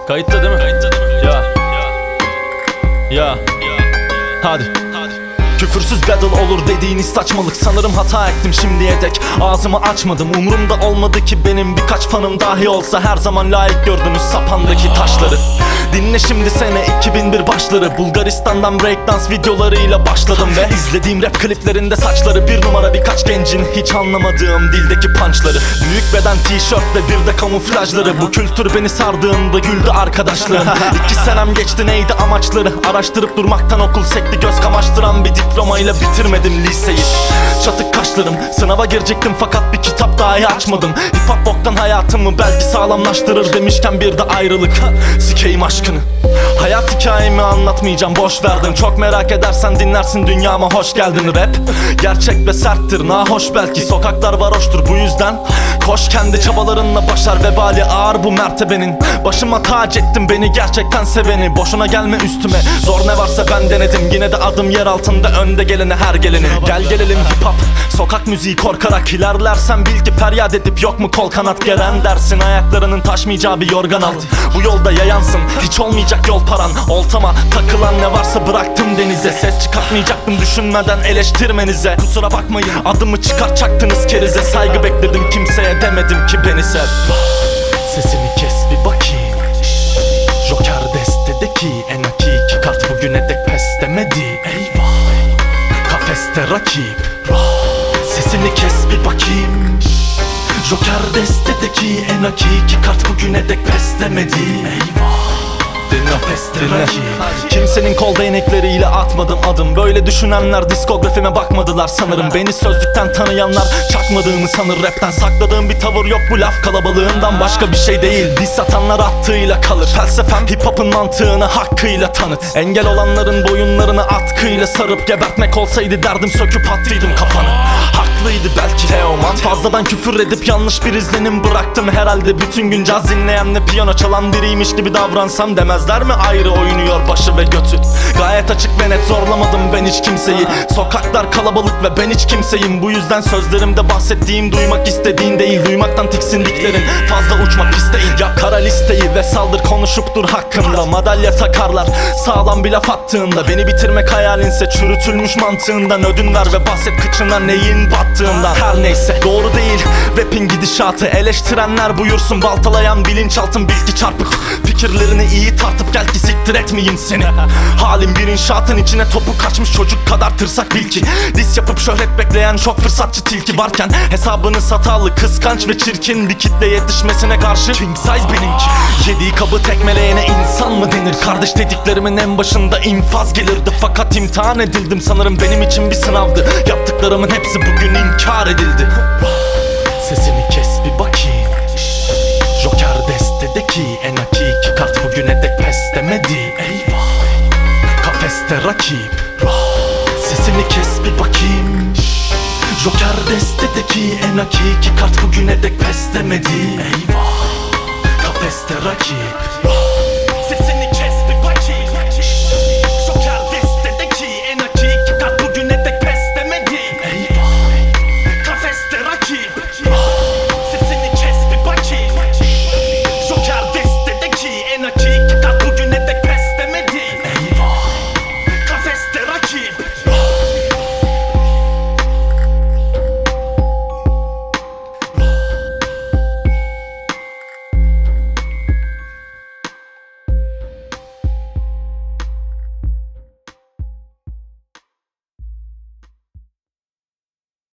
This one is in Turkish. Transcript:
Kayıtta değil mi? Ya. Ya. Hadi. Küfürsüz battle olur dediğiniz saçmalık. Sanırım hata ettim şimdiye dek. Ağzımı açmadım, umurumda olmadı ki benim birkaç fanım dahi olsa. Her zaman layık gördünüz sapandaki taşları. Dinle şimdi sene 2001 başları. Bulgaristan'dan breakdance videolarıyla başladım ve izlediğim rap kliplerinde saçları bir numara birkaç gencin hiç anlamadığım dildeki punchları. Büyük beden tişört ve bir de kamuflajları. Bu kültür beni sardığında güldü arkadaşlarım. 2 senem geçti, neydi amaçları? Araştırıp durmaktan okul sekti, göz kamaştıran bir diplomayla bitirmedim liseyi. Çatık kaşlarım, sınava girecektim fakat bir kitap dahi açmadım. Hip hop boktan hayatımı belki sağlamlaştırır demişken bir de ayrılık. Sikeyim aşkını. Hayat hikayemi anlatmayacağım, boş verdim. Çok merak edersen dinlersin, dünyama hoş geldin. Rap gerçek ve serttir, nahoş belki. Sokaklar varoştur, bu yüzden koş kendi çabalarınla başar. Vebali ağır bu mertebenin. Başıma tac ettim beni gerçekten seveni. Boşuna gelme üstüme, zor ne varsa ben denedim. Yine de adım yer altında, önde gelene her gelenin. Gel gelelim hip hop, sokak müziği korkarak ilerlersen bil ki feryat edip yok mu kol kanat gelen dersin. Ayaklarının taşmayacağı bir yorgan alt. Bu yolda yayansın, hiç olmayacak yol paran. Oltama takılan ne varsa bıraktım denize. Ses çıkartmayacaktım düşünmeden eleştirmenize. Kusura bakmayın adımı çıkartacaktınız kerize. Saygı bekledim kimseye demedim ki beni sev. Sesini kes bir bakayım. Joker destedeki en hakiki kart bugüne dek pes demedi. Eyvah, kafeste rakip. Sesini kes bir bakayım. Joker destedeki en hakiki kart bugüne dek pes demedi. Eyvah, kimsenin kol değnekleriyle atmadım adım. Böyle düşünenler diskografime bakmadılar sanırım. Beni sözlükten tanıyanlar çakmadığımı sanır. Rapten sakladığım bir tavır yok, bu laf kalabalığından başka bir şey değil. Diss atanlar attığıyla kalır. Felsefem hip hop'un mantığını hakkıyla tanıt. Engel olanların boyunlarını atkıyla sarıp gebertmek olsaydı derdim söküp attıydım kafanı. Haklıydı belki Teoman. Fazladan küfür edip yanlış bir izlenim bıraktım herhalde. Bütün gün caz dinleyenle piyano çalan biriymiş gibi davransam demezler mi ayrı oynuyor başı ve götü? Gayet açık ve net, zorlamadım ben hiç kimseyi. Sokaklar kalabalık ve ben hiç kimseyim. Bu yüzden sözlerimde bahsettiğim duymak istediğin değil, duymaktan tiksindiklerin. Fazla uçma pisteyin, ya kara listeyi ve saldır konuşup dur hakkında. Madalya takarlar sağlam bir laf attığında. Beni bitirmek hayalinse çürütülmüş mantığından ödün ver ve bahset kıçına neyin battığından. Her neyse doğru değil rapin gidişatı. Eleştirenler buyursun, baltalayan bilinçaltım bil ki çarpık. Fikirlerini iyi tartıp gel ki siktir etmeyeyim seni. Halim bir inşaatın içine topu kaçmış çocuk kadar tırsak bil ki. Dis yapıp şöhret bekleyen çok fırsatçı tilki varken hesabını satalı, kıskanç ve çirkin bir kitle yetişmesine karşı king size benimki. Yediği kabı tekmeleyene insan mı denir? Kardeş dediklerimin en başında infaz gelirdi. Fakat imtihan edildim sanırım, benim için bir sınavdı. Yaptıklarımın hepsi bugün inkar edildi. Sesini kes bir bakayım. Joker destedeki en hakiki kart bugüne dek pes demedi. Eyvah, kafeste rakip. Sesini kes bir bakayım. Joker destedeki en hakiki kart bugüne dek pes demedi. Eyvah, kafeste rakip.